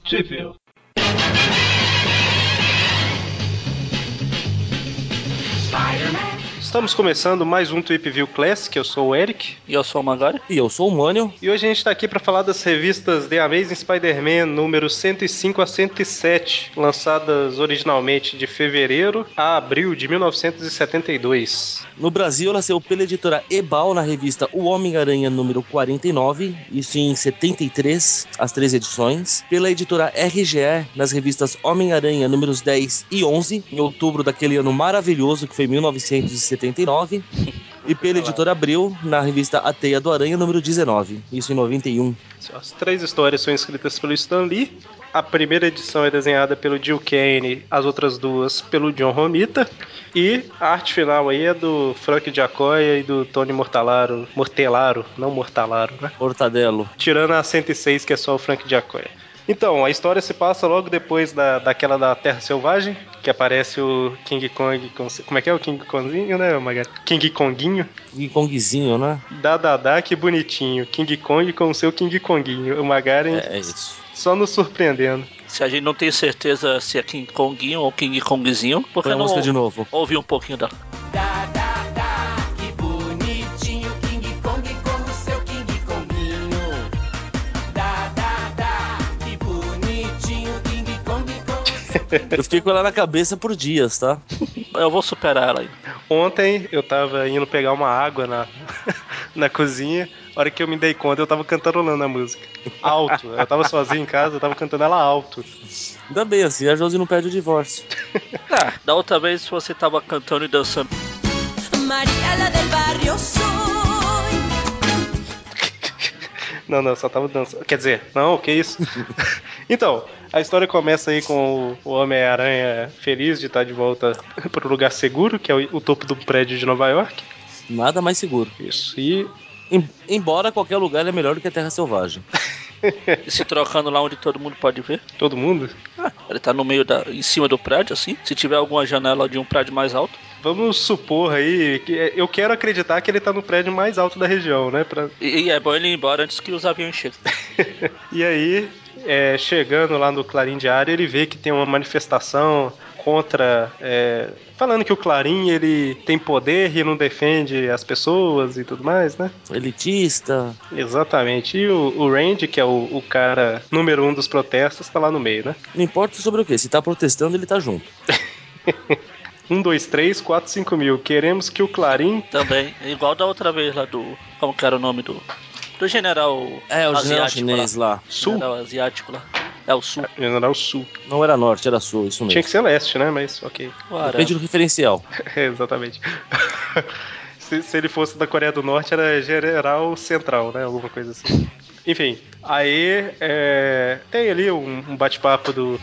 Trip Estamos começando mais um Tweep View Classic. Eu sou o Eric. E eu sou o Magari. E eu sou o Mânio. E hoje a gente está aqui para falar das revistas The Amazing Spider-Man número 105 a 107, lançadas originalmente de fevereiro a abril de 1972. No Brasil, ela saiu pela editora Ebal na revista O Homem-Aranha número 49, isso em 73, as 3 edições. Pela editora RGE, nas revistas Homem-Aranha números 10 e 11, em outubro daquele ano maravilhoso que foi 1979. E pela editora Abril, na revista A Teia do Aranha número 19, isso em 91. As 3 histórias são escritas pelo Stan Lee. A primeira edição é desenhada pelo Gil Kane, as outras 2 pelo John Romita. E a arte final aí é do Frank Giacoia e do Tony Mortellaro, não Mortallaro, né? Mortadelo. Tirando a 106, que é só o Frank Giacoia. Então, a história se passa logo depois daquela da Terra Selvagem, que aparece o King Kong como é que é o King Konginho, né, Magari? King Konguinho. King Kongzinho, né? Dá, que bonitinho. King Kong com o seu King Konguinho. O Magari é isso. Só nos surpreendendo. Se a gente não tem certeza se é King Konguinho ou King Kongzinho, por que Põe a não música de novo. Ouvir um pouquinho dela. Que bonitinho, King Kong com o seu King Konguinho. Que bonitinho, King Kong com o seu King Eu fiquei com ela na cabeça por dias, tá? Eu vou superar ela aí. Ontem eu tava indo pegar uma água na cozinha. A hora que eu me dei conta, eu tava cantarolando a música. Alto. Eu tava sozinho em casa, eu tava cantando ela alto. Ainda bem assim, a Josi não perde o divórcio. Da outra vez você tava cantando e dançando. Maria la del barrio soy. Não, só tava dançando. Quer dizer, não, que isso? Então, a história começa aí com o Homem-Aranha feliz de estar de volta pro lugar seguro, que é o topo do prédio de Nova York. Nada mais seguro. Isso, e... Embora qualquer lugar é melhor do que a Terra Selvagem. E se trocando lá onde todo mundo pode ver. Todo mundo? Ele tá no meio em cima do prédio, assim. Se tiver alguma janela de um prédio mais alto. Vamos supor aí que eu quero acreditar que ele tá no prédio mais alto da região, né? E é bom ele ir embora antes que os aviões cheguem. E aí, chegando lá no Clarim Diário, ele vê que tem uma manifestação contra... falando que o Clarim, ele tem poder e não defende as pessoas e tudo mais, né? Elitista. Exatamente. E o Randy, que é o cara número 1 dos protestos, tá lá no meio, né? Não importa sobre o que, se tá protestando, ele tá junto. 1, 2, 3, 4, 5 mil. Queremos que o Clarim... Também, igual da outra vez lá do... Como que era o nome do general o general chinês lá. Sul? General asiático lá. É o Sul. General Sul. Não era norte, era sul, isso mesmo. Tinha que ser leste, né? Mas ok. Depende do referencial. Exatamente. Se ele fosse da Coreia do Norte, era General Central, né? Alguma coisa assim. Enfim, aí tem ali um bate-papo do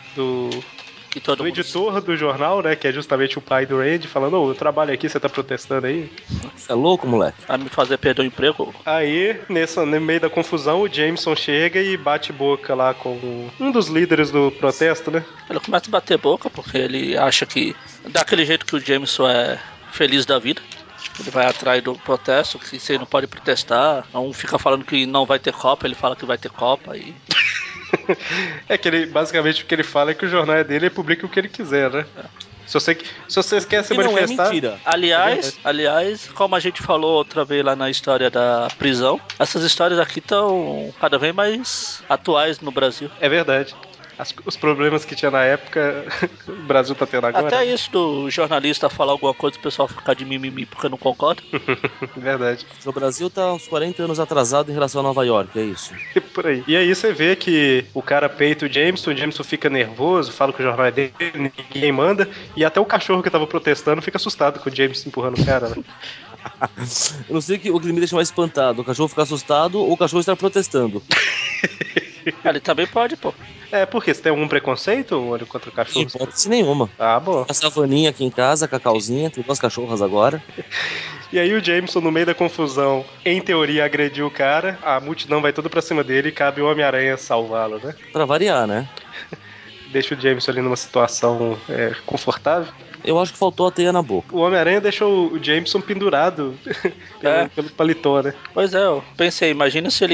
editor do jornal, né? Que é justamente o pai do Randy, falando: eu trabalho aqui, você tá protestando aí? Você é louco, moleque? Vai me fazer perder o emprego? Aí, no meio da confusão, o Jameson chega e bate boca lá com um dos líderes do protesto, né? Ele começa a bater boca porque ele acha que... Daquele jeito que o Jameson é feliz da vida. Ele vai atrás do protesto, que você não pode protestar. Um fica falando que não vai ter Copa, ele fala que vai ter Copa e... Basicamente o que ele fala é que o jornal é dele e publica o que ele quiser, né? Se você quer se manifestar... Não é mentira. Aliás, como a gente falou outra vez lá na história da prisão, essas histórias aqui estão cada vez mais atuais no Brasil. É verdade. Os problemas que tinha na época, o Brasil tá tendo agora. Até isso do jornalista falar alguma coisa, o pessoal ficar de mimimi porque não concorda. Verdade. O Brasil tá uns 40 anos atrasado em relação a Nova York, é isso. Por aí. E aí você vê que o cara peita o Jameson fica nervoso, fala que o jornal é dele, ninguém manda, e até o cachorro que tava protestando fica assustado com o Jameson empurrando o cara, né? Eu não sei o que me deixa mais espantado, o cachorro ficar assustado ou o cachorro estar protestando. Ele também pode, pô. Por quê? Você tem algum preconceito contra o cachorro? Não hipótese nenhuma. Ah, bom. A Savaninha aqui em casa, a Cacauzinha, tem 2 cachorras agora. E aí o Jameson, no meio da confusão, em teoria agrediu o cara, a multidão vai toda pra cima dele e cabe o Homem-Aranha salvá-lo, né? Pra variar, né? Deixa o Jameson ali numa situação confortável. Eu acho que faltou a teia na boca. O Homem-Aranha deixou o Jameson pendurado pelo paletó, né? Pois é, eu pensei, imagina se ele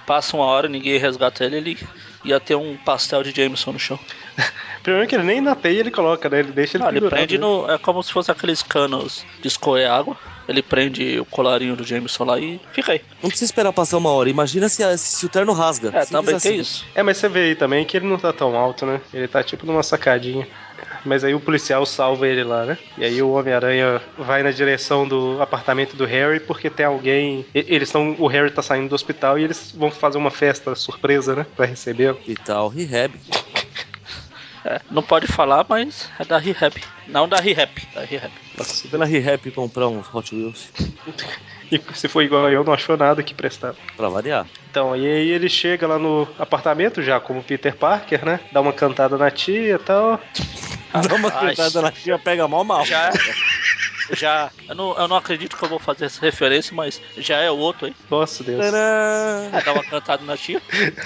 passa uma hora, ninguém resgata ele ia ter um pastel de Jameson no chão. Primeiro que ele nem na teia ele coloca, né? Ele deixa ele Não, ele pendurado. prende né? no. É como se fosse aqueles canos de escorrer água. Ele prende o colarinho do Jameson lá e fica aí. Não precisa esperar passar uma hora. Imagina se o terno rasga. É, Simples também tem assim. isso. Mas você vê aí também que ele não tá tão alto, né? Ele tá tipo numa sacadinha. Mas aí o policial salva ele lá, né? E aí o Homem-Aranha vai na direção do apartamento do Harry porque tem alguém. Eles estão. O Harry tá saindo do hospital e eles vão fazer uma festa surpresa, né? Pra recebê-lo. E tal, rehab. É, não pode falar, mas é da Rehab. Não da Rehab, da Rehab. Nossa, Foi na rehab comprar uns Hot Wheels. e se for igual eu, não achou nada que prestava. Pra variar. Então, e aí ele chega lá no apartamento, já como Peter Parker, né? Dá uma cantada na tia e tal. Dá uma Rapaz, cantada na tia, pega mal. Já. Eu não acredito que eu vou fazer essa referência, mas já é o outro aí. Nossa, Deus. Tadã! É, dá uma cantada na tia.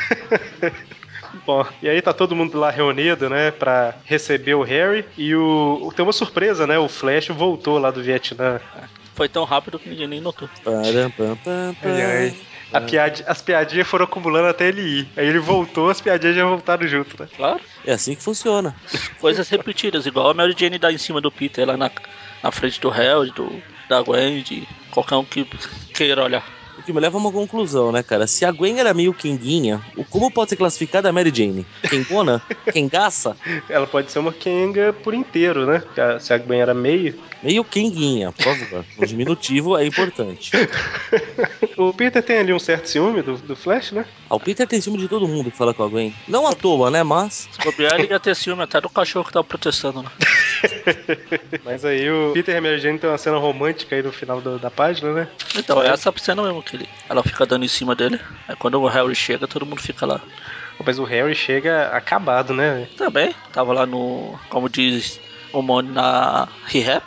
Bom, e aí tá todo mundo lá reunido, né, pra receber o Harry. E tem uma surpresa, né? O Flash voltou lá do Vietnã. Foi tão rápido que ninguém nem notou. Param, pam, pam, pam. Ai, ai. As piadinhas foram acumulando até ele ir. Aí ele voltou, as piadinhas já voltaram junto, né? Claro. É assim que funciona. Coisas repetidas, igual a Mary Jane dá em cima do Peter lá na frente do Harry, da Gwen, de qualquer um que queira olhar. O que me leva a uma conclusão, né, cara? Se a Gwen era meio Kenguinha, o como pode ser classificada a Mary Jane? Kengona? Kengaça? Ela pode ser uma Kenga por inteiro, né? Se a Gwen era meio. Meio Kenguinha, por favor. No diminutivo é importante. O Peter tem ali um certo ciúme do Flash, né? Ah, o Peter tem ciúme de todo mundo que fala com a Gwen. Não à toa, né? Mas. Se bobear, ele ia ter ciúme até do cachorro que tava protestando lá. Mas aí o Peter e a Mary Jane tem uma cena romântica aí no final da página, né? Então, é essa cena mesmo que ela fica dando em cima dele. Aí quando o Harry chega, todo mundo fica lá. Mas o Harry chega acabado, né? Também, tava lá no, como diz o Mone, na Rehab.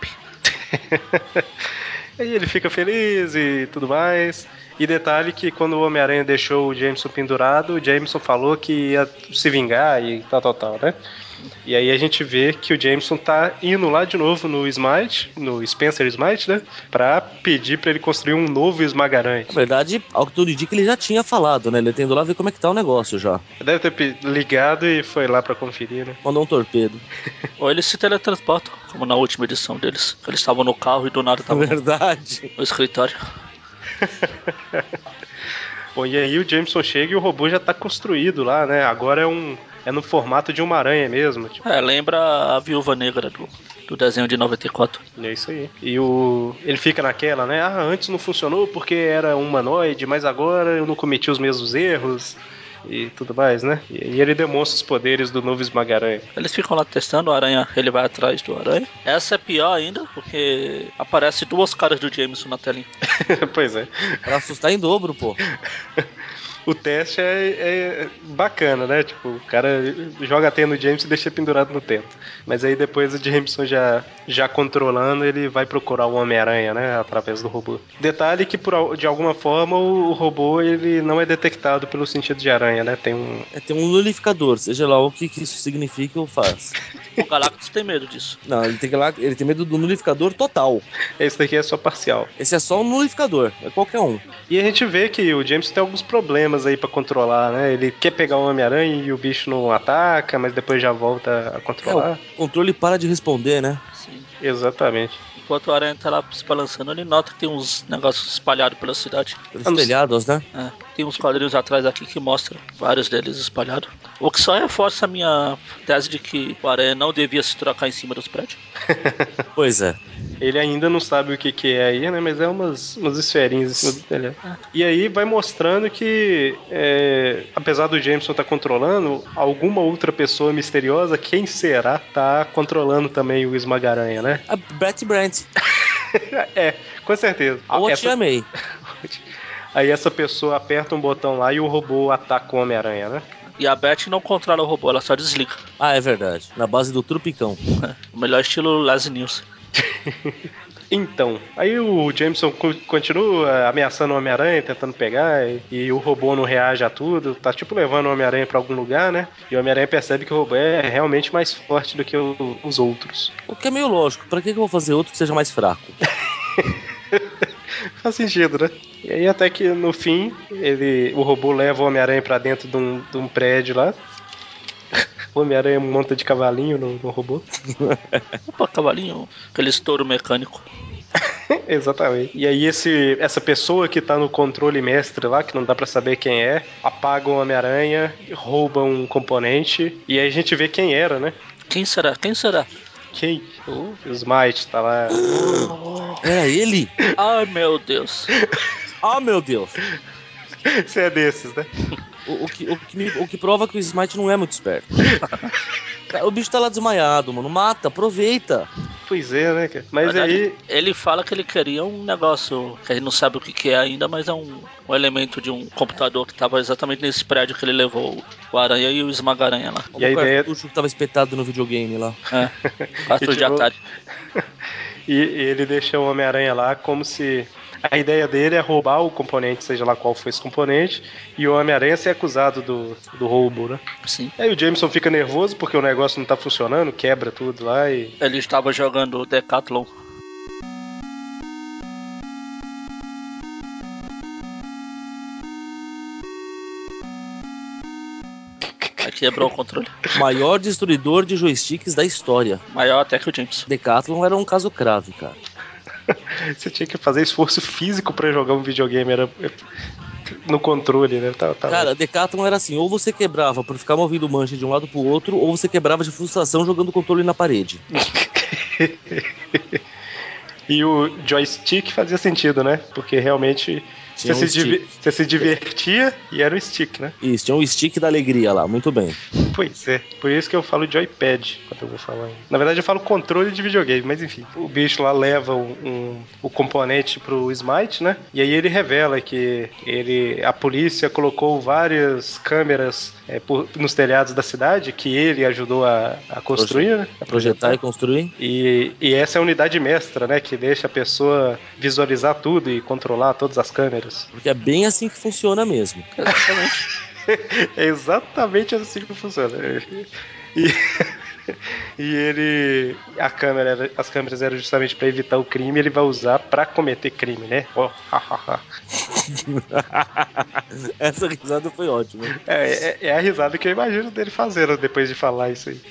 Aí ele fica feliz e tudo mais. E detalhe que quando o Homem-Aranha deixou o Jameson pendurado, o Jameson falou que ia se vingar e tal, né? E aí a gente vê que o Jameson tá indo lá de novo no Smite, no Spencer Smite, né? Pra pedir pra ele construir um novo Esmaga-Aranha. Na verdade, ao que tudo indica, ele já tinha falado, né? Ele tá indo lá ver como é que tá o negócio já. Deve ter ligado e foi lá pra conferir, né? Mandou um torpedo. Ou eles se teletransportam, como na última edição deles. Eles estavam no carro e do nada estavam Verdade. no escritório. Bom, e aí o Jameson chega e o robô já tá construído lá, né? Agora é no formato de uma aranha mesmo. Tipo, É, lembra a Viúva Negra do desenho de 94. é isso aí. E ele fica naquela, né? Ah, antes não funcionou porque era um humanoide, mas agora eu não cometi os mesmos erros e tudo mais, né? E ele demonstra os poderes do novo Esmaga-Aranha. Eles ficam lá testando, o aranha, ele vai atrás do aranha. Essa é pior ainda, porque aparece duas caras do Jameson na telinha. Pois é. Pra assustar em dobro, pô. O teste é bacana, né? Tipo, o cara joga a teia no Jameson e deixa pendurado no teto. Mas aí depois o Jameson já controlando, ele vai procurar o Homem-Aranha, né? Através do robô. Detalhe que de alguma forma o robô ele não é detectado pelo sentido de aranha, né? Tem um... É ter um nulificador, seja lá o que isso significa ou faz. O Galactus tem medo disso. Não, ele tem medo do nulificador total. Esse daqui é só parcial. Esse é só um nulificador, é qualquer um. E a gente vê que o Jameson tem alguns problemas aí pra controlar, né? Ele quer pegar o Homem-Aranha e o bicho não ataca, mas depois já volta a É, controlar. o controle para de responder, né? Sim. Exatamente. Enquanto o aranha tá lá se balançando, ele nota que tem uns negócios espalhados pela cidade. Pelos telhados, né? É, tem uns quadrinhos atrás aqui que mostram vários deles espalhados. O que só reforça a minha tese de que o aranha não devia se trocar em cima dos prédios. Pois é. Ele ainda não sabe o que é aí, né? Mas é umas esferinhas em cima do telhado. E aí vai mostrando que, apesar do Jameson estar controlando, alguma outra pessoa misteriosa, quem será, tá controlando também o Esmaga-Aranha, né? A Betty Brant. É, com certeza. Ou a Tia May. Aí essa pessoa aperta um botão lá e o robô ataca o Homem-Aranha, né? E a Beth não controla o robô, ela só desliga. Ah, é verdade. Na base do trupicão. O melhor estilo Leslie News. Então, aí o Jameson continua ameaçando o Homem-Aranha, tentando pegar, e o robô não reage a tudo, tá tipo levando o Homem-Aranha pra algum lugar, né? E o Homem-Aranha percebe que o robô é realmente mais forte do que os outros. O que é meio lógico. Pra que eu vou fazer outro que seja mais fraco? Faz sentido, né? E aí até que no fim, o robô leva o Homem-Aranha pra dentro de um prédio lá. O Homem-Aranha monta de cavalinho no robô. Opa, cavalinho. Aquele estouro mecânico. Exatamente. E aí essa pessoa que tá no controle mestre lá, que não dá pra saber quem é, apaga o Homem-Aranha, rouba um componente, e aí a gente vê quem era, né? Quem será? Quem será? Quem? O Smite tá lá. Era ele? Ai, meu Deus. Ah, meu Deus. Você é desses, né? O que prova que o Smite não é muito esperto. Cara, o bicho tá lá desmaiado, mano. Mata, aproveita. Pois é, né, cara? Na Mas verdade, aí. ele fala que ele queria um negócio que a gente não sabe o que é ainda, mas é um elemento de um computador que tava exatamente nesse prédio que ele levou o Aranha e o Esmaga-Aranha lá. Como E a o ideia. cartucho que tava espetado no videogame lá. É, cartucho de tipo, Atari. E ele deixa o Homem-Aranha lá como se. A ideia dele é roubar o componente, seja lá qual for esse componente, e o Homem-Aranha ser acusado do roubo, né? Sim. Aí o Jameson fica nervoso porque o negócio não tá funcionando, quebra tudo lá e. Ele estava jogando Decathlon. Aí quebrou o controle. Maior destruidor de joysticks da história. Maior até que o James. Decathlon era um caso grave, cara. Você tinha que fazer esforço físico pra jogar um videogame, era no controle, né? Tá Cara, Decathlon era assim, ou você quebrava por ficar movendo manche de um lado pro outro, ou você quebrava de frustração jogando o controle na parede. E o joystick fazia sentido, né? Porque realmente Tinha um stick. você se divertia e era o stick, né? Isso, tinha um stick da alegria lá, muito bem. Pois é, por isso que eu falo joypad quando eu vou falar. Na verdade eu falo controle de videogame, mas enfim. O bicho lá leva o componente pro Smite, né? E aí ele revela que a polícia colocou várias câmeras nos telhados da cidade que ele ajudou a construir, né? A Projetar e construir. E essa é a unidade mestra, né? Que deixa a pessoa visualizar tudo e controlar todas as câmeras. Porque é bem assim que funciona mesmo. Exatamente. É exatamente assim que funciona. E, e as câmeras eram justamente para evitar o crime, ele vai usar para cometer crime, né? Oh, Essa risada foi ótima. é a risada que eu imagino dele fazendo depois de falar isso aí.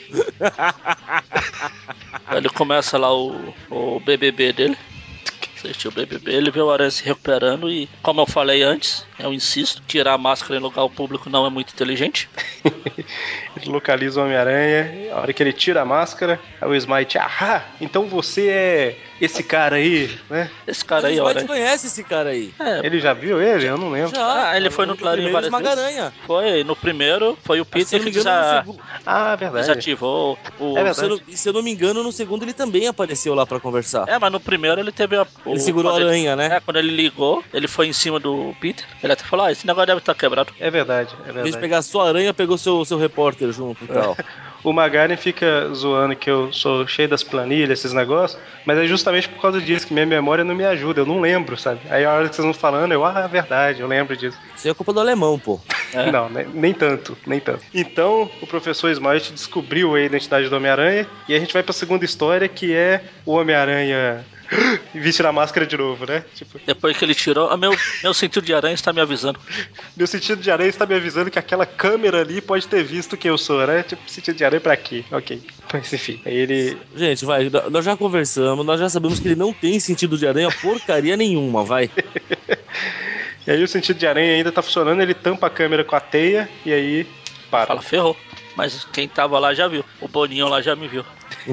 Ele começa lá o BBB dele. Assistiu o BBB, ele vê o Aranha se recuperando e, como eu falei antes, eu insisto, tirar a máscara em lugar público não é muito inteligente. Ele localiza o Homem-Aranha, a hora que ele tira a máscara, aí o Smite, então você é esse cara aí, né? Esse Mas cara o aí, Smite Aranha. conhece esse cara aí. Ele já viu ele? Eu não lembro. Já. Ele foi no Clarim primeiro várias vezes. Esmaga-Aranha. Foi, no primeiro foi o Se eu Peter não me que engano, no segundo. Ah, verdade. desativou É o... verdade. Se eu não me engano, no segundo ele também apareceu lá pra conversar. Mas no primeiro ele teve Ele segurou a aranha, né? Quando ele ligou, ele foi em cima do Peter. Ele até falou, esse negócio deve estar quebrado. É verdade, é Em vez de verdade. pegar só a aranha, pegou seu repórter junto e tal. O Magaren fica zoando que eu sou cheio das planilhas, esses negócios, mas é justamente por causa disso que minha memória não me ajuda, eu não lembro, sabe? Aí a hora que vocês vão falando, é verdade, eu lembro disso. Isso aí é culpa do alemão, pô. É. Não, nem tanto, nem tanto. Então, o professor Smite descobriu a identidade do Homem-Aranha e a gente vai pra segunda história, que é o Homem-Aranha vestir a máscara de novo, né? Tipo, Depois que ele tirou, meu sentido de aranha está me avisando. meu sentido de aranha está me avisando que aquela câmera ali pode ter visto quem eu sou, né? Tipo, sentido de aranha pra quê? Ok. Mas enfim, aí ele. Gente, vai, nós já conversamos, nós já sabemos que ele não tem sentido de aranha porcaria nenhuma, vai. E aí o sentido de aranha ainda tá funcionando, ele tampa a câmera com a teia e aí para. Fala, ferrou. Mas quem tava lá já viu. O Boninho lá já me viu.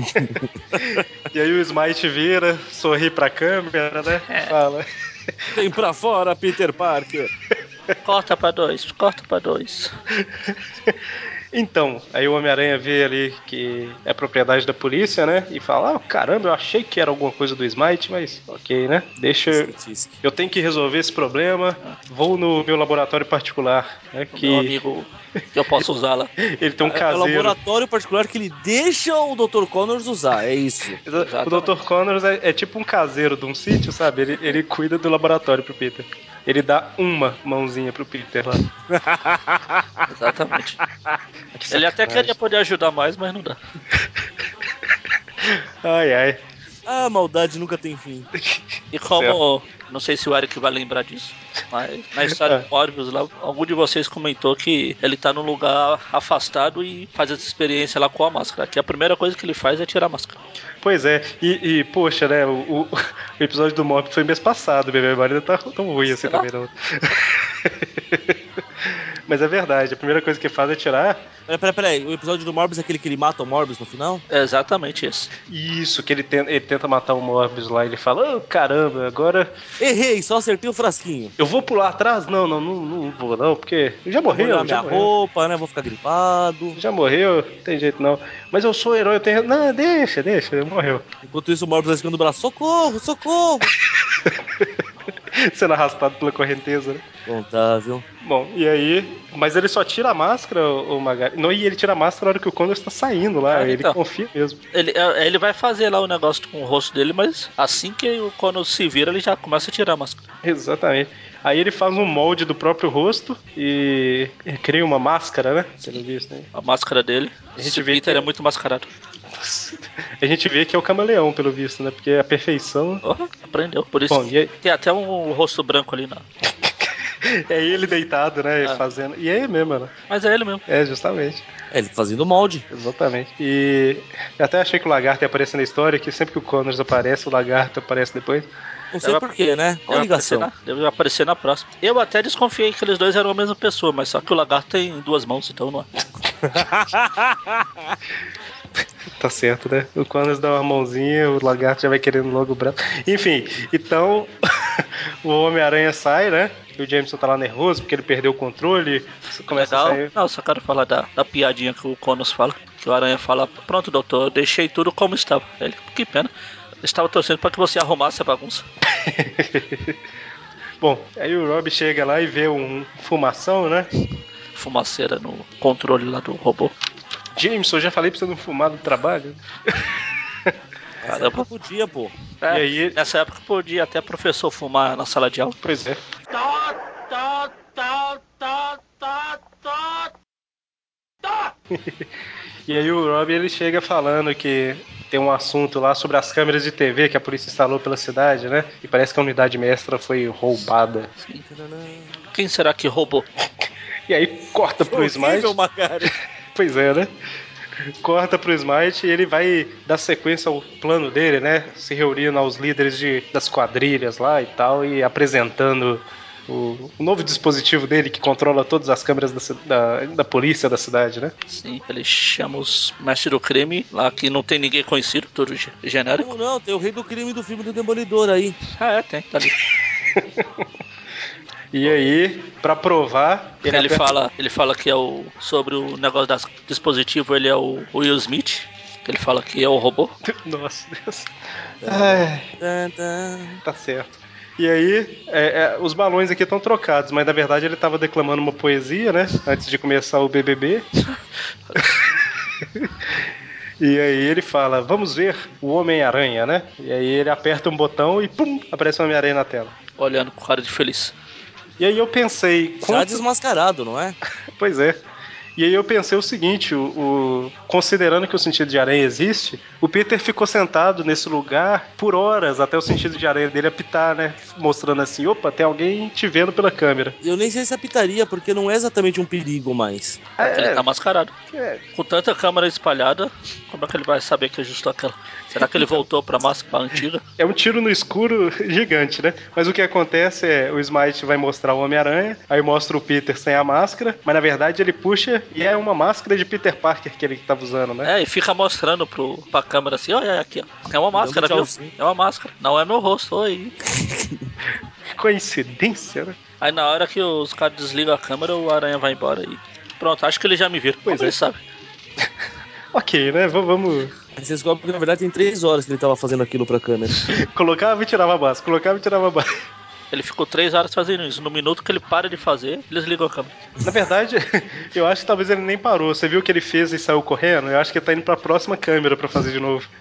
E aí o Smite vira, sorri pra câmera, né? Fala. Vem pra fora, Peter Parker. Corta pra dois, corta pra dois. Então, aí o Homem-Aranha vê ali que é propriedade da polícia, né? E fala, caramba, eu achei que era alguma coisa do Smite, mas ok, né? Tisque. Eu tenho que resolver esse problema, vou no meu laboratório particular, né? O meu amigo que eu posso usar lá. Ele tem um É o caseiro. laboratório particular que ele deixa o Dr. Connors usar, é isso. O Dr. Connors é tipo um caseiro de um sítio, sabe? Ele cuida do laboratório pro Peter. Ele dá uma mãozinha pro Peter lá. Exatamente. Ele até queria poder ajudar mais, mas não dá. Ai, ai. A maldade nunca tem fim. E como, não sei se o Eric vai lembrar disso, mas na história do Morbius lá, algum de vocês comentou que ele tá num lugar afastado e faz essa experiência lá com a máscara. Que a primeira coisa que ele faz é tirar a máscara. Pois é, poxa, né, o episódio do Mob foi mês passado, minha memória não tá tão ruim assim também não. Mas é verdade, a primeira coisa que faz é tirar. Peraí, o episódio do Morbius é aquele que ele mata o Morbius no final? É exatamente isso. Isso, que ele tenta matar o Morbius lá, ele fala, oh, caramba, agora Errei, só acertei o frasquinho. eu vou pular atrás? Não vou não, porque já Vou morreu, molhar já minha morreu. roupa, né? Vou ficar gripado. Já morreu, não tem jeito não. Mas eu sou herói, eu tenho. Não, deixa, morreu. Enquanto isso, o Morbius vai escondendo o braço. Socorro, socorro! Sendo arrastado pela correnteza, né? Contável. Bom, e aí. Mas ele só tira a máscara, o Magari. Não, e ele tira a máscara na hora que o Condor está saindo lá. Ele Então. confia mesmo. Ele vai fazer lá o negócio com o rosto dele, mas assim que quando se vira, ele já começa a tirar a máscara. Exatamente. Aí ele faz um molde do próprio rosto e cria uma máscara, né? Pelo visto, né? A máscara dele. A gente Esse vê Peter que- é muito mascarado. A gente vê que é o camaleão, pelo visto, né? Porque a perfeição. Oh, aprendeu. Por isso Bom, e aí, tem até um rosto branco ali, não. é ele deitado, né? Ah. Fazendo. E é ele mesmo, né? Mas é ele mesmo. É, justamente. É, ele fazendo molde. Exatamente. E eu até achei que o lagarto ia aparecer na história, que sempre que o Connors aparece, o lagarto aparece depois. Não sei porquê, né? Qual a ligação? Deve aparecer na próxima. Eu até desconfiei que eles dois eram a mesma pessoa, mas só que o lagarto tem duas mãos, então não é. Tá certo, né? O Connors dá uma mãozinha, o lagarto já vai querendo logo o braço. Enfim, então o Homem-Aranha sai, né? E o Jameson tá lá nervoso porque ele perdeu o controle. Começa Legal. a sair. Não, só quero falar da piadinha que o Conos fala. Que o Aranha fala: Pronto, doutor, eu deixei tudo como estava. Ele, que pena. Eu estava torcendo para que você arrumasse a bagunça. Bom, aí o Rob chega lá e vê um fumação, né? Fumaceira no controle lá do robô. Jameson, eu já falei pra você não fumar no trabalho. Nessa época podia, pô. É, E aí- nessa época podia até professor fumar na sala de aula. Pois é. E aí o Rob ele chega falando que tem um assunto lá sobre as câmeras de TV que a polícia instalou pela cidade, né? E parece que a unidade mestra foi roubada. Quem será que roubou? E aí corta pro Smite. Horrível, Magari. Pois é, né? Corta pro Smite e ele vai dar sequência ao plano dele, né? Se reunindo aos líderes das quadrilhas lá e tal, e apresentando o novo dispositivo dele que controla todas as câmeras da polícia da cidade, né? Sim, ele chama os mestres do crime, lá que não tem ninguém conhecido, tudo genérico. Como não? Tem o rei do crime do filme do Demolidor aí. Ah, é, tem, tá ali. E aí, pra provar, Ele fala que é sobre o negócio das dispositivo, ele é o Will Smith, que ele fala que é o robô. Nossa Deus. Ai, tá certo. E aí, os balões aqui estão trocados, mas na verdade ele tava declamando uma poesia, né? Antes de começar o BBB. E aí ele fala, vamos ver o Homem-Aranha, né? E aí ele aperta um botão e pum, aparece o Homem-Aranha na tela. Olhando com cara de feliz. E aí eu pensei... Já desmascarado, não é? Pois é. E aí eu pensei o seguinte, considerando que o sentido de aranha existe, o Peter ficou sentado nesse lugar por horas até o sentido de aranha dele apitar, né? Mostrando assim, opa, tem alguém te vendo pela câmera. Eu nem sei se apitaria, porque não é exatamente um perigo mais. Ele tá mascarado. É. Com tanta câmera espalhada, como é que ele vai saber que é justo aquela? Será que ele voltou pra máscara antiga? É um tiro no escuro gigante, né? Mas o que acontece é, o Smite vai mostrar o Homem-Aranha, aí mostra o Peter sem a máscara, mas na verdade ele puxa e é uma máscara de Peter Parker que ele tava usando, né? É, e fica mostrando pra câmera assim, olha aqui, ó. É uma máscara, viu? tchauzinho. É uma máscara. Não é meu rosto, oi. Coincidência, né? Aí na hora que os caras desligam a câmera, o aranha vai embora e pronto, acho que ele já me viram. Pois Como é. ele sabe? Ok, né? Vamos Aí você descobre que na verdade tem 3 horas que ele tava fazendo aquilo pra câmera. colocava e tirava a máscara, colocava e tirava a máscara. Ele ficou 3 horas fazendo isso. No minuto que ele para de fazer, eles ligam a câmera. Na verdade, eu acho que talvez ele nem parou. Você viu o que ele fez e saiu correndo? Eu acho que ele tá indo pra próxima câmera pra fazer de novo.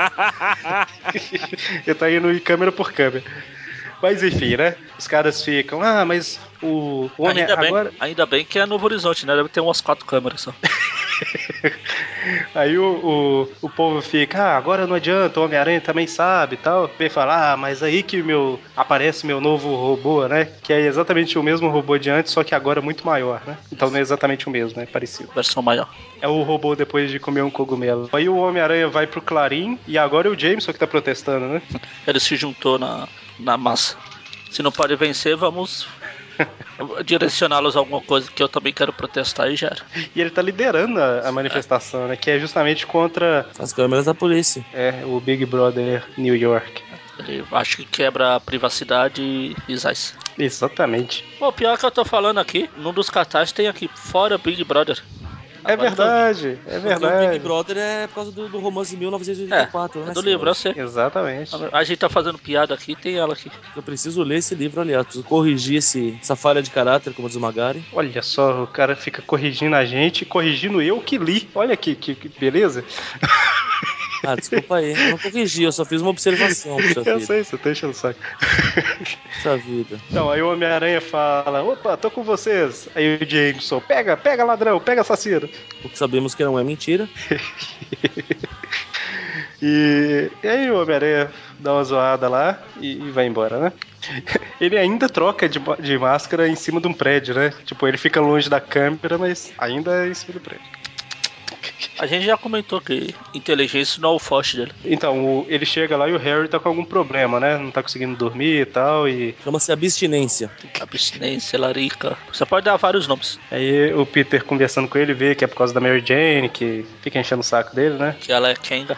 Ele tá indo câmera por câmera. Mas enfim, né? Os caras ficam, mas o homem Ainda bem, agora... ainda bem que é Novo Horizonte, né? Deve ter umas 4 câmeras só. Aí o povo fica, agora não adianta, o Homem-Aranha também sabe e tal. Ele fala, mas aí que aparece meu novo robô, né? Que é exatamente o mesmo robô de antes, só que agora muito maior, né? Então não é exatamente o mesmo, é parecido. Versão maior. É o robô depois de comer um cogumelo. Aí o Homem-Aranha vai pro Clarim e agora é o Jameson que tá protestando, né? Ele se juntou na massa. Se não pode vencer, vamos direcioná-los a alguma coisa que eu também quero protestar e já era. E ele tá liderando a manifestação, né? Que é justamente contra As câmeras da polícia. o Big Brother New York. Ele acho que quebra a privacidade e zaz. Exatamente. Bom, pior que eu tô falando aqui, num dos cartazes tem aqui, fora Big Brother. É Agora que eu vi. verdade, é Porque o Big verdade. Brother é por causa do romance de É 1984, né, do livro, eu senhores? sei. Exatamente. A gente tá fazendo piada aqui, tem ela aqui. Eu preciso ler esse livro, aliás. Preciso corrigir essa falha de caráter, como diz o Magari. Olha só, o cara fica corrigindo a gente, corrigindo eu que li. Olha que beleza. Ah, desculpa aí. Eu não corrigi, eu só fiz uma observação, puxa Eu vida. sei, você tá enchendo o saco. Puxa vida. Então, aí o Homem-Aranha fala, opa, tô com vocês. Aí o Jameson, pega ladrão, pega assassino. O que sabemos que não é mentira. E aí o Homem-Aranha dá uma zoada lá e vai embora, né? Ele ainda troca de máscara em cima de um prédio, né? Tipo, ele fica longe da câmera, mas ainda é em cima do prédio. A gente já comentou que inteligência não é o forte dele. Então, ele chega lá e o Harry tá com algum problema, né? Não tá conseguindo dormir e tal, e Chama-se abstinência. Abstinência, larica. Você pode dar vários nomes. aí o Peter conversando com ele vê que é por causa da Mary Jane, que fica enchendo o saco dele, né? Que ela é Kenga.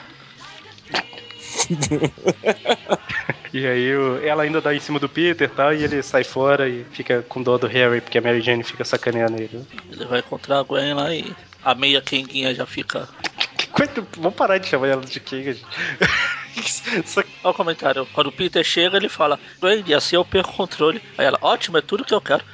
E aí ela ainda dá em cima do Peter e tal, e ele sai fora e fica com dó do Harry, porque a Mary Jane fica sacaneando ele. Né? Ele vai encontrar a Gwen lá e a meia Kenguinha já fica. Vamos parar de chamar ela de King, gente. Só Olha o comentário. Quando o Peter chega, ele fala: Gwen, e assim eu perco o controle. Aí ela: ótimo, é tudo que eu quero.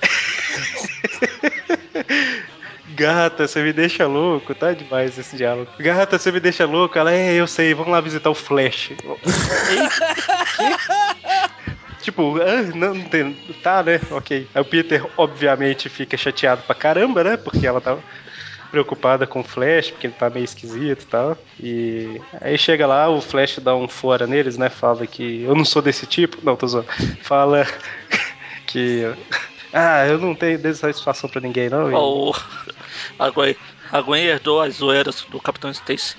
Gata, você me deixa louco, tá demais esse diálogo. Gata, você me deixa louco. Ela, eu sei, vamos lá visitar o Flash. Ei, que? Tipo, não tem. Tá, né? Ok. Aí o Peter, obviamente, fica chateado pra caramba, né? Porque ela tá preocupada com o Flash, porque ele tá meio esquisito e tal. E aí chega lá, o Flash dá um fora neles, né? Fala que eu não sou desse tipo. Não, tô zoando. Fala que. Eu não tenho satisfação pra ninguém, não. Ó, a Gwen. A Gwen herdou as zoeiras do Capitão Stacy.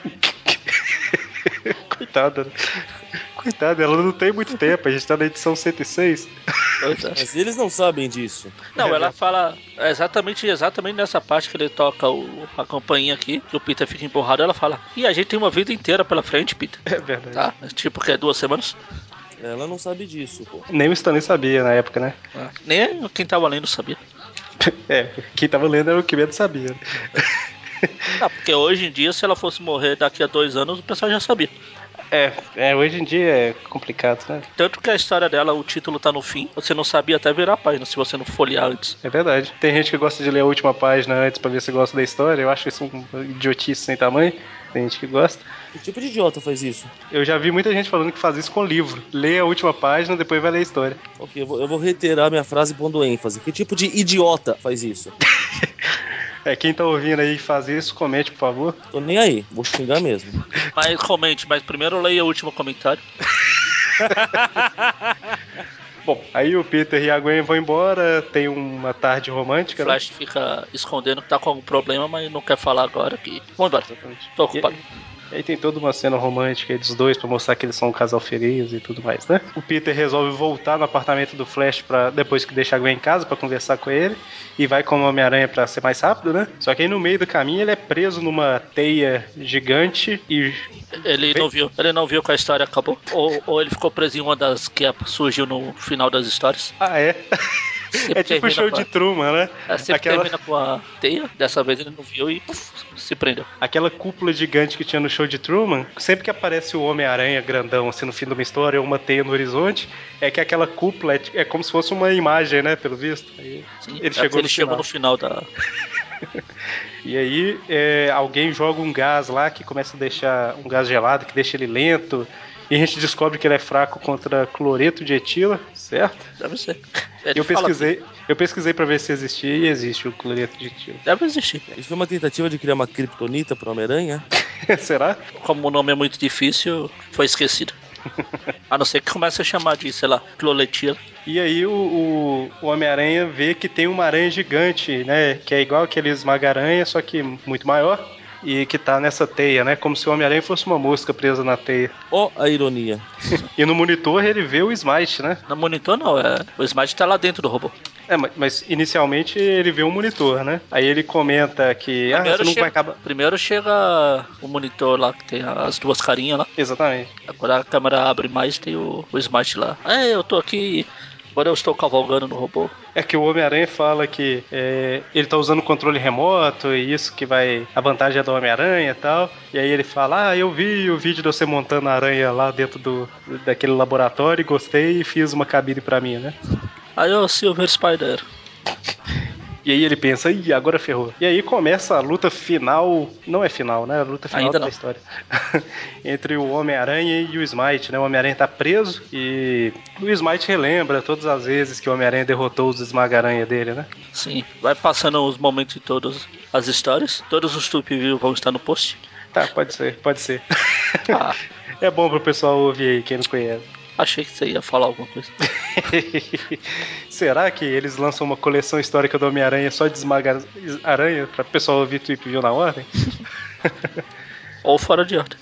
Coitada, né? Coitada, ela não tem muito tempo, a gente tá na edição 106. Pois é. Mas eles não sabem disso. Não, ela fala exatamente nessa parte que ele toca a campainha aqui, que o Peter fica empurrado, ela fala: e a gente tem uma vida inteira pela frente, Peter. É verdade. Tá? Tipo que é 2 semanas. Ela não sabe disso, pô. Nem o Stanley sabia na época, né? Nem quem tava lendo sabia. Quem tava lendo era o que menos sabia. Né? Não, porque hoje em dia, se ela fosse morrer daqui a 2 anos, o pessoal já sabia. Hoje em dia é complicado, né? Tanto que a história dela, o título tá no fim, você não sabia até virar a página, se você não folhear antes. É verdade. Tem gente que gosta de ler a última página antes pra ver se gosta da história. Eu acho isso um idiotice sem tamanho. Tem gente que gosta. Que tipo de idiota faz isso? Eu já vi muita gente falando que faz isso com livro. Lê a última página, depois vai ler a história. Ok, eu vou reiterar minha frase pondo ênfase. Que tipo de idiota faz isso? Quem tá ouvindo aí e faz isso, comente, por favor. Tô nem aí, vou xingar mesmo. Mas comente, mas primeiro leia o último comentário. Bom, aí o Peter e a Gwen vão embora, tem uma tarde O romântica, né? Flash fica escondendo que tá com algum problema, mas não quer falar agora que. Vamos embora. Exatamente. Tô ocupado. E aí tem toda uma cena romântica dos dois pra mostrar que eles são um casal feliz e tudo mais, né? O Peter resolve voltar no apartamento do Flash depois que deixa a Gwen em casa pra conversar com ele e vai com o Homem-Aranha pra ser mais rápido, né? Só que aí no meio do caminho ele é preso numa teia gigante e Ele não viu que a história acabou? Ou ele ficou preso em uma das que surgiu no final das histórias? é. Sempre É tipo o show de Truman, né? sempre termina com a teia, dessa vez ele não viu e se prendeu. Aquela cúpula gigante que tinha no show de Truman, sempre que aparece o Homem-Aranha grandão assim no fim de uma história ou uma teia no horizonte, é que aquela cúpula é como se fosse uma imagem, né? Pelo visto. Aí Sim, ele chegou no final da. E aí alguém joga um gás lá que começa a deixar um gás gelado, que deixa ele lento. E a gente descobre que ele é fraco contra cloreto de etila, certo? Deve ser. Eu pesquisei pra ver se existia e existe o cloreto de etila. Deve existir. Isso foi uma tentativa de criar uma criptonita pro Homem-Aranha? Será? Como o nome é muito difícil, foi esquecido. A não ser que comece a chamar de, sei lá, cloletila. E aí o Homem-Aranha vê que tem uma aranha gigante, né? Que é igual aquele esmaga-aranha, só que muito maior. E que tá nessa teia, né? Como se o Homem-Aranha fosse uma mosca presa na teia. Ó, a ironia. E no monitor ele vê o Smite, né? No monitor não, o Smite tá lá dentro do robô. Mas inicialmente ele vê um monitor, né? Aí ele comenta que você não vai acabar. Primeiro chega o monitor lá, que tem as duas carinhas lá. Exatamente. Agora a câmera abre mais tem o Smite lá. Eu tô aqui, agora eu estou cavalgando no robô. É que o Homem-Aranha fala que ele tá usando controle remoto e isso que vai. A vantagem é do Homem-Aranha e tal. E aí ele fala: eu vi o vídeo de você montando a aranha lá dentro daquele laboratório e gostei e fiz uma cabine pra mim, né? Aí o Silver Spider. E aí ele pensa, agora ferrou. E aí começa a luta final. Não é final, né? A luta final Ainda da não. história. Entre o Homem-Aranha e o Smite, né? O Homem-Aranha tá preso e o Smite relembra todas as vezes que o Homem-Aranha derrotou os esmaga-aranha dele, né? Sim, vai passando os momentos de todas as histórias. Todos os Tupi View vão estar no post. Tá, pode ser, pode ser. Ah, É bom pro pessoal ouvir aí, quem não conhece. achei que você ia falar alguma coisa. Será que eles lançam uma coleção histórica do Homem-Aranha só de esmaga-aranha pra pessoal ouvir Tweep View na ordem? Ou fora de ordem.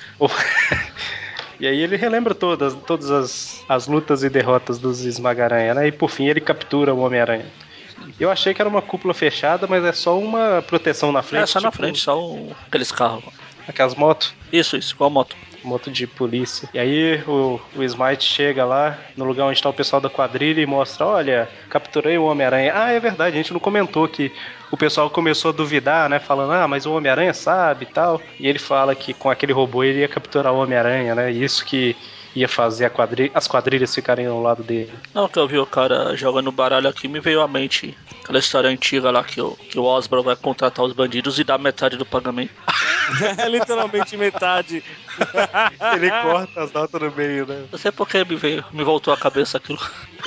E aí ele relembra todas as lutas e derrotas dos esmaga-aranha, né? E por fim ele captura o Homem-Aranha. Eu achei que era uma cúpula fechada, mas é só uma proteção na frente. Só na frente, só aqueles carros. Aquelas motos. Isso, igual moto. Moto de polícia. E aí o Smite chega lá no lugar onde está o pessoal da quadrilha e mostra: olha, capturei o Homem-Aranha. É verdade, a gente não comentou que o pessoal começou a duvidar, né? Falando, mas o Homem-Aranha sabe e tal. E ele fala que com aquele robô ele ia capturar o Homem-Aranha, né? Isso que ia fazer as quadrilhas ficarem ao lado dele. Não, que eu vi o cara jogando baralho aqui, me veio à mente aquela história antiga lá que o Osborn vai contratar os bandidos e dá metade do pagamento. É literalmente metade. Ele corta as notas no meio, né? Não sei porque me voltou à cabeça aquilo.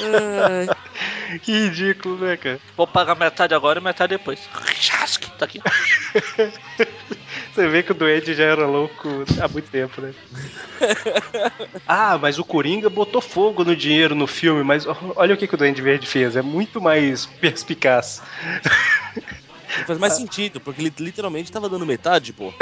Que ridículo, né, cara? Vou pagar metade agora e metade depois. Chasque, tá aqui. Você vê que o Duende já era louco há muito tempo, né? Mas o Coringa botou fogo no dinheiro no filme, mas olha o que o Duende Verde fez, é muito mais perspicaz. Faz mais sentido, porque ele literalmente tava dando metade, pô.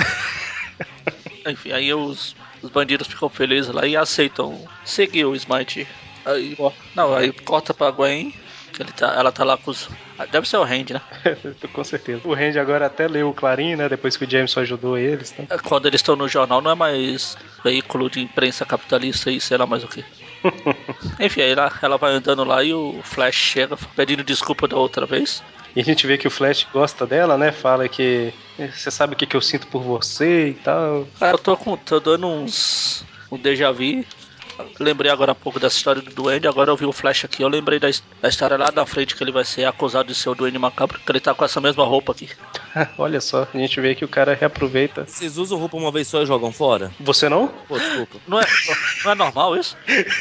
Enfim, aí os bandidos ficam felizes lá e aceitam seguir o Smite. Aí corta pra Gwen, que ela tá lá com os... Deve ser o Randy, né? Com certeza. O Randy agora até leu o Clarim, né? Depois que o Jameson ajudou eles. Tá? Quando eles estão no jornal, não é mais veículo de imprensa capitalista e sei lá mais o que. Enfim, aí ela vai andando lá e o Flash chega pedindo desculpa da outra vez. E a gente vê que o Flash gosta dela, né? Fala que você sabe o que eu sinto por você e tal. Eu tô dando um déjà vu. Lembrei agora há pouco dessa história do Duende. Agora eu vi o Flash aqui. Eu lembrei da história lá da frente que ele vai ser acusado de ser o Duende Macabro. Que ele tá com essa mesma roupa aqui. Olha só, a gente vê que o cara reaproveita. Vocês usam roupa uma vez só e jogam fora? Você não? Pô, desculpa. Não é normal isso?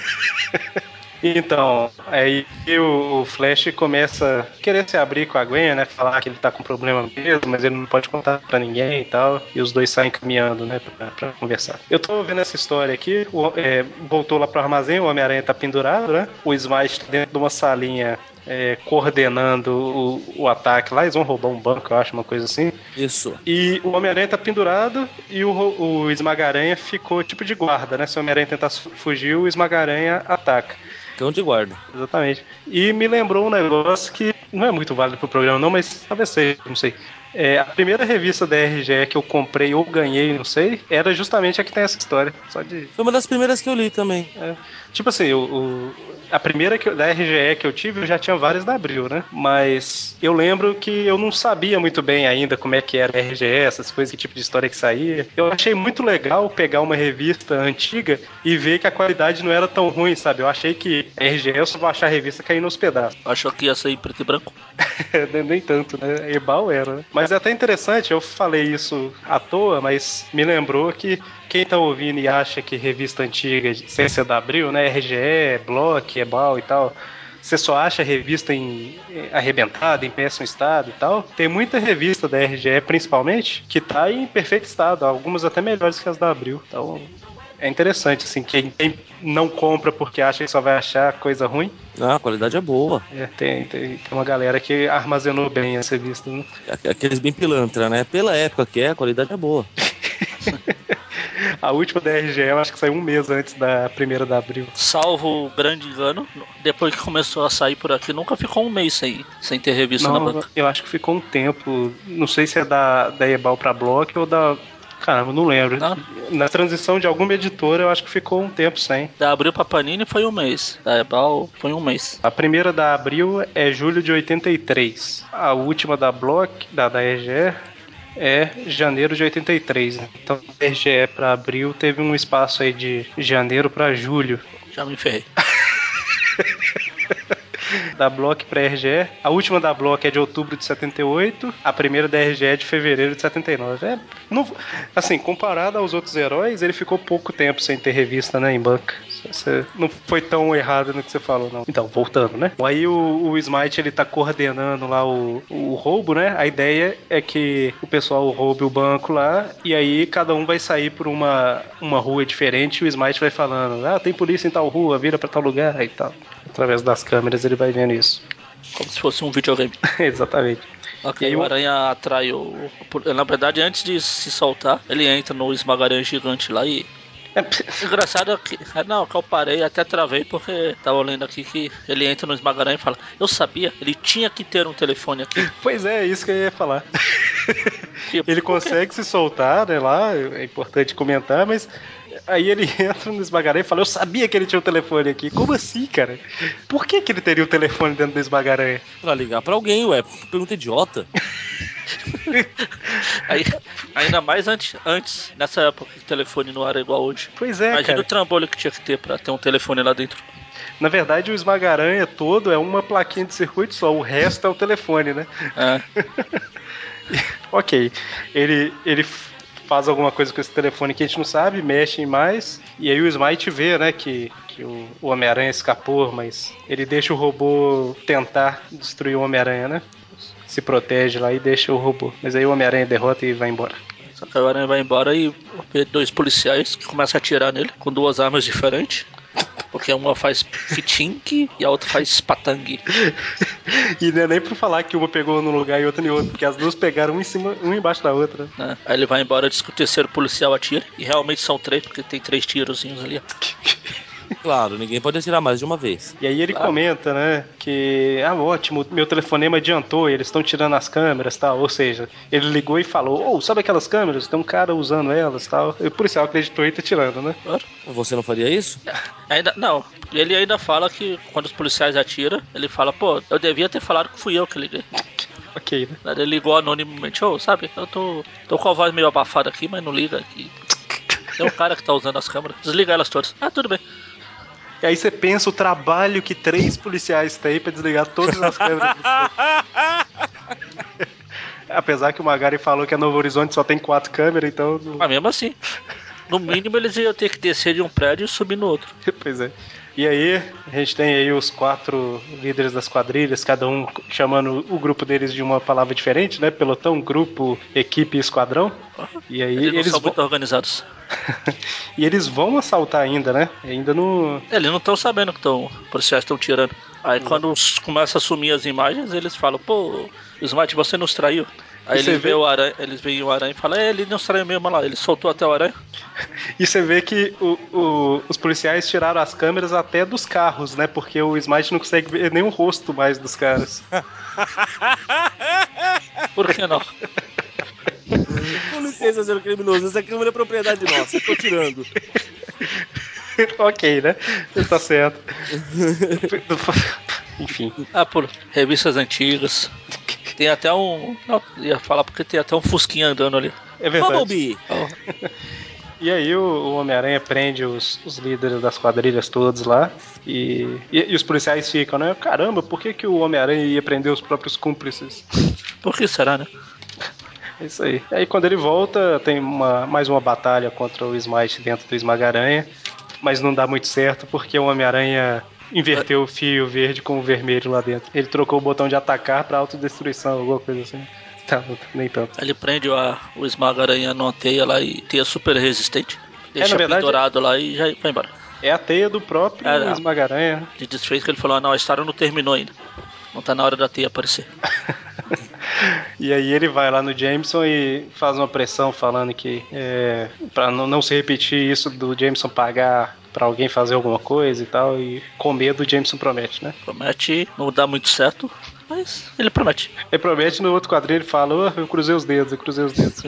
Então, aí o Flash começa a querer se abrir com a Gwen, né? Falar que ele tá com problema mesmo, mas ele não pode contar pra ninguém e tal. E os dois saem caminhando, né? Pra conversar. Eu tô vendo essa história aqui. Voltou lá pro armazém, o Homem-Aranha tá pendurado, né? O Smite tá dentro de uma salinha coordenando o ataque lá. Eles vão roubar um banco, eu acho, uma coisa assim. Isso. E o Homem-Aranha tá pendurado e o Esmaga-Aranha ficou tipo de guarda, né? Se o Homem-Aranha tentar fugir, o Esmaga-Aranha ataca. Cão de guarda. Exatamente. E me lembrou um negócio que não é muito válido pro programa não, mas talvez seja, não sei. A primeira revista da RGE que eu comprei ou ganhei, não sei, era justamente a que tem essa história. Foi uma das primeiras que eu li também. Tipo assim, a primeira da RGE que eu tive, eu já tinha várias da Abril, né? Mas eu lembro que eu não sabia muito bem ainda como é que era a RGE, essas coisas, que tipo de história que saía. Eu achei muito legal pegar uma revista antiga e ver que a qualidade não era tão ruim, sabe? Eu achei que a RGE eu só vou achar a revista caindo aos pedaços. Achou que ia sair preto e branco? Nem tanto, né? Ebal era, né? Mas é até interessante, eu falei isso à toa, mas me lembrou que quem tá ouvindo e acha que revista antiga, sem ser da Abril, né, RGE, Block, Ebal e tal, você só acha revista arrebentada, em péssimo estado e tal. Tem muita revista da RGE, principalmente, que tá em perfeito estado, algumas até melhores que as da Abril. Então, é interessante, assim, quem não compra porque acha que só vai achar coisa ruim. Ah, a qualidade é boa. Tem uma galera que armazenou bem essa revista, né? Aqueles bem pilantra, né? Pela época que é, a qualidade é boa. A última da RGE eu acho que saiu um mês antes da primeira da Abril. Salvo o grande engano, depois que começou a sair por aqui, nunca ficou um mês sem ter revista na Não, banca. eu acho que ficou um tempo. Não sei se é da Ebal pra Block ou da. Caramba, não lembro. Não. Na transição de alguma editora, eu acho que ficou um tempo sem. Da Abril pra Panini foi um mês. Da Ebal foi um mês. A primeira da Abril é julho de 83. A última da Block, da RGE, é janeiro de 83. Então, da RGE pra Abril teve um espaço aí de janeiro pra julho. Já me ferrei. Da Block pra RGE. A última da Block é de outubro de 78. A primeira da RGE é de fevereiro de 79. Não, assim, comparado aos outros heróis, ele ficou pouco tempo sem ter revista, né, em banca. Você não foi tão errado no que você falou, não. Então, voltando, né? Aí o Smite, ele tá coordenando lá o roubo, né? A ideia é que o pessoal roube o banco lá e aí cada um vai sair por uma rua diferente e o Smite vai falando, tem polícia em tal rua, vira pra tal lugar e tal. Através das câmeras ele vai vendo isso. Como se fosse um videogame. Exatamente. Ok, E aí o Aranha atrai o. Na verdade, antes de se soltar, ele entra no esmagaranha gigante lá e. O engraçado é que. Não, que eu parei, até travei, porque tava lendo aqui que ele entra no esmagaranha e fala: Eu sabia, ele tinha que ter um telefone aqui. Pois é isso que eu ia falar. Tipo, Ele consegue se soltar, né, lá, é importante comentar, mas aí ele entra no esmagaranha e fala, eu sabia que ele tinha um telefone aqui. Como assim, cara? Por que ele teria o telefone dentro do esmagaranha? Pra ligar pra alguém, ué. Pergunta idiota. Aí, ainda mais antes, nessa época que o telefone não era igual hoje. Pois é, Imagina cara. o trambolho que tinha que ter pra ter um telefone lá dentro. Na verdade, o esmagaranha todo é uma plaquinha de circuito só, o resto é o telefone, né? É. Ok, ele faz alguma coisa com esse telefone que a gente não sabe, mexe em mais, e aí o Smite vê, né, que o Homem-Aranha escapou, mas ele deixa o robô tentar destruir o Homem-Aranha, né? Se protege lá e deixa o robô. Mas aí o Homem-Aranha derrota e vai embora. Só que o Aranha vai embora e vê dois policiais que começam a atirar nele com duas armas diferentes. Porque uma faz fitink e a outra faz patang. E não é nem pra falar que uma pegou num lugar e outra em outro, porque as duas pegaram um em cima, um embaixo da outra. Né? Aí ele vai embora, diz que o terceiro policial atira. E realmente são três, porque tem três tirozinhos ali. Claro, ninguém pode atirar mais de uma vez. E aí ele Claro. comenta, né, que, ótimo, meu telefonema adiantou, eles estão tirando as câmeras e tal, ou seja, ele ligou e falou, sabe aquelas câmeras? Tem um cara usando elas e tal. E o policial acreditou e tá tirando, né? Claro. Você não faria isso? Ainda, não, ele ainda fala que quando os policiais atiram, ele fala, pô, eu devia ter falado que fui eu que liguei. Ok, né? Ele ligou anonimamente, sabe, eu tô com a voz meio abafada aqui, mas não liga aqui. Tem um cara que tá usando as câmeras, desliga elas todas. Ah, tudo bem. E aí você pensa o trabalho que 3 policiais têm pra desligar todas as câmeras. Apesar que o Magari falou que a Novo Horizonte só tem 4 câmeras, então... Mas mesmo assim, no mínimo eles iam ter que descer de um prédio e subir no outro. Pois é. E aí, a gente tem aí os 4 líderes das quadrilhas, cada um chamando o grupo deles de uma palavra diferente, né? Pelotão, grupo, equipe e esquadrão. E aí Eles não eles são vão... muito organizados. E eles vão assaltar ainda, né? Ainda no... Eles não estão sabendo que os policiais estão tirando. Aí quando começa a sumir as imagens, eles falam, pô, Smite, você nos traiu. Aí E você vê- eles veem o aranha e falam, ele nos traiu mesmo lá, ele soltou até o aranha. E você vê que os policiais tiraram as câmeras até dos carros, né? Porque o Smite não consegue ver nem o rosto mais dos caras. Por que não? Com licença, senhor criminoso, essa câmera é propriedade nossa, eu tô tirando. Ok, né? Tá certo. Enfim. Ah, por revistas antigas. Tem até um. Não, ia falar porque tem até um Fusquinha andando ali. É verdade. Bumblebee! Ó, E aí o Homem-Aranha prende os líderes das quadrilhas todos lá. E os policiais ficam, né? Caramba, por que o Homem-Aranha ia prender os próprios cúmplices? por que será, né? É isso aí. E aí quando ele volta, tem mais uma batalha contra o Smite dentro do Esmaga-Aranha, mas não dá muito certo porque o Homem-Aranha inverteu o fio verde com o vermelho lá dentro. Ele trocou o botão de atacar pra autodestruição, alguma coisa assim. Tá, nem tanto. Ele prende o Esmaga-Aranha numa teia lá e teia super resistente. Na Deixa verdade, pendurado lá e já vai embora. é a teia do próprio É, Esmaga-Aranha. ele desfez que ele falou: não, a história não terminou ainda. Não tá na hora da teia aparecer. E aí ele vai lá no Jameson e faz uma pressão falando que pra não se repetir isso do Jameson pagar pra alguém fazer alguma coisa e tal, e com medo o Jameson promete, né? Promete, não dá muito certo, mas ele promete. Ele promete, no outro quadrinho ele fala, eu cruzei os dedos, eu cruzei os dedos.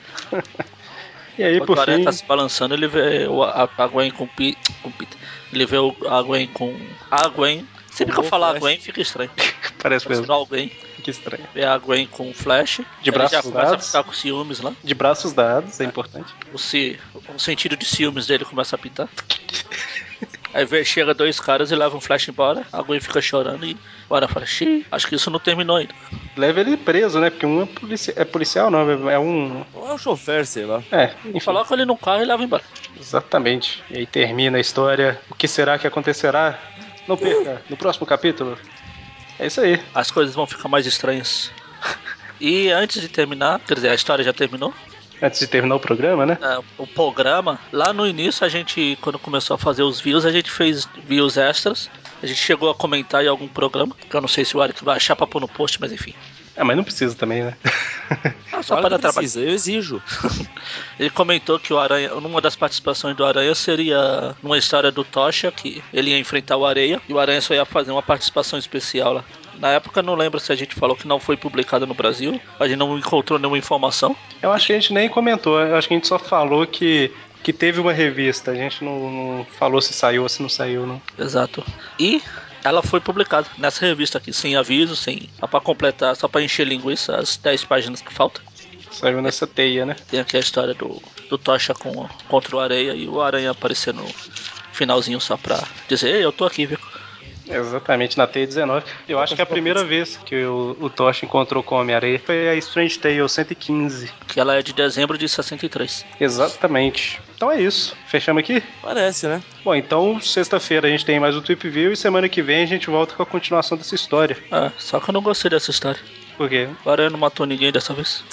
E aí, Enquanto por o Aranha tá fim, se balançando, ele vê a Gwen com Peter. Ele vê a Gwen com. A Gwen. Sempre que eu Com o falar a Flash. Gwen, fica estranho. parece mesmo, Parecendo alguém. que estranho. Vê a Gwen com o Flash. De Ele já braços começa a dados, ficar com ciúmes lá. de braços dados, é importante. O sentido de ciúmes dele começa a pitar. Aí chega dois caras e levam o Flash embora. A Gwen fica chorando e o Aranha fala: xiii, acho que isso não terminou ainda. Leva ele preso, né? Porque um é policial, não, é um... Ou é o chofer, sei lá. Enfim. Coloca ele num carro e leva embora. Exatamente. E aí termina a história. O que será que acontecerá? Não perca, no próximo capítulo. É isso aí. As coisas vão ficar mais estranhas. E antes de terminar, quer dizer, a história já terminou. Antes de terminar o programa, né? O programa, lá no início, a gente, quando começou a fazer os views, a gente fez views extras. A gente chegou a comentar em algum programa, que eu não sei se o Eric vai achar pra pôr no post, mas enfim. Mas não precisa também, né? Só Claro para que dar trabalho. precisa, eu exijo. Ele comentou que o Aranha, numa das participações do Aranha seria numa história do Tocha, que ele ia enfrentar o Areia, e o Aranha só ia fazer uma participação especial lá. Na época, não lembro se a gente falou que não foi publicada no Brasil, a gente não encontrou nenhuma informação. Eu acho que a gente nem comentou. Eu acho que a gente só falou que teve uma revista. A gente não falou se saiu ou se não saiu, não. Exato. E ela foi publicada nessa revista aqui, sem aviso, sem. Só pra completar, só pra encher linguiça, as 10 páginas que faltam. Saiu nessa teia, né? Tem aqui a história do Tocha contra o Areia e o Aranha aparecer no finalzinho só pra dizer: ei, eu tô aqui, viu? Exatamente, na teia 19. Eu acho que a primeira vez que o Tocha encontrou com o Homem-Aranha foi a Strange Tale 115. Que ela é de dezembro de 63. Exatamente. Então é isso. Fechamos aqui? Parece, né? Bom, então sexta-feira a gente tem mais o Trip View e semana que vem a gente volta com a continuação dessa história. Só que eu não gostei dessa história. Por quê? O Aranha não matou ninguém dessa vez.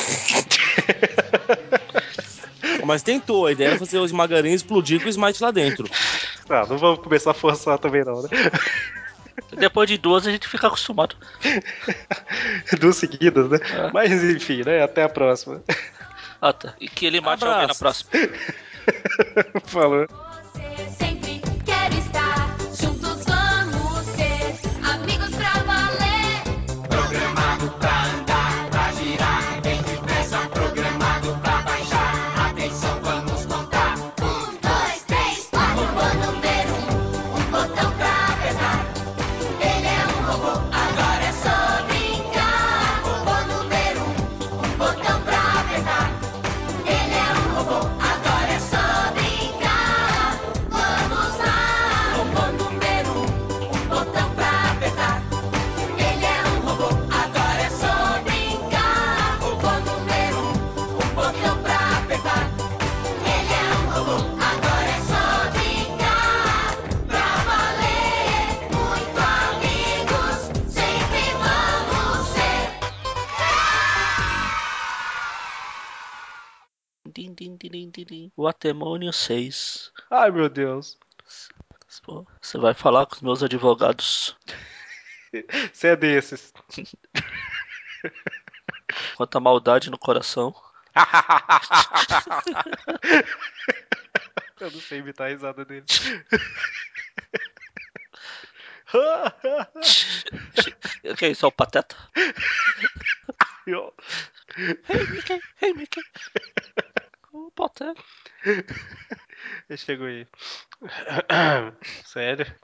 Mas tentou, a ideia era fazer o Esmagarinha explodir com o Smite lá dentro. Não vamos começar a forçar também não, né? Depois de duas a gente fica acostumado. Duas seguidas, né? É. Mas enfim, né? Até a próxima. Tá. E que ele mate alguém na Abraços. próxima. Falou. Você sempre quer estar juntos, vamos ser amigos pra valer. Programado pra andar, pra girar, bem depressa. Programado pra baixar. Atenção, vamos contar. 1, 2, 3, 4. Robô número 1, botão pra apertar. Ele é um robô, agora é só brincar. Robô número 1, botão pra apertar. Ele é um robô, agora é só brincar. Vamos lá. Robô número 1, botão pra apertar. Ele é um robô, agora é só brincar. Robô número 1, botão pra apertar. Ele é um robô, agora é só brincar. Pra valer, muito amigos, sempre vamos ser. Din, din, din, din, din, din. O Atemônio 6. Ai, meu Deus. Pô, você vai falar com os meus advogados. Você é desses. Quanta maldade no coração. Eu não sei imitar a risada dele. O que é isso? É o Pateta? Eu- Hey, Mickey! Hey, Mickey! O Pateta. Ele chegou aí. Sério?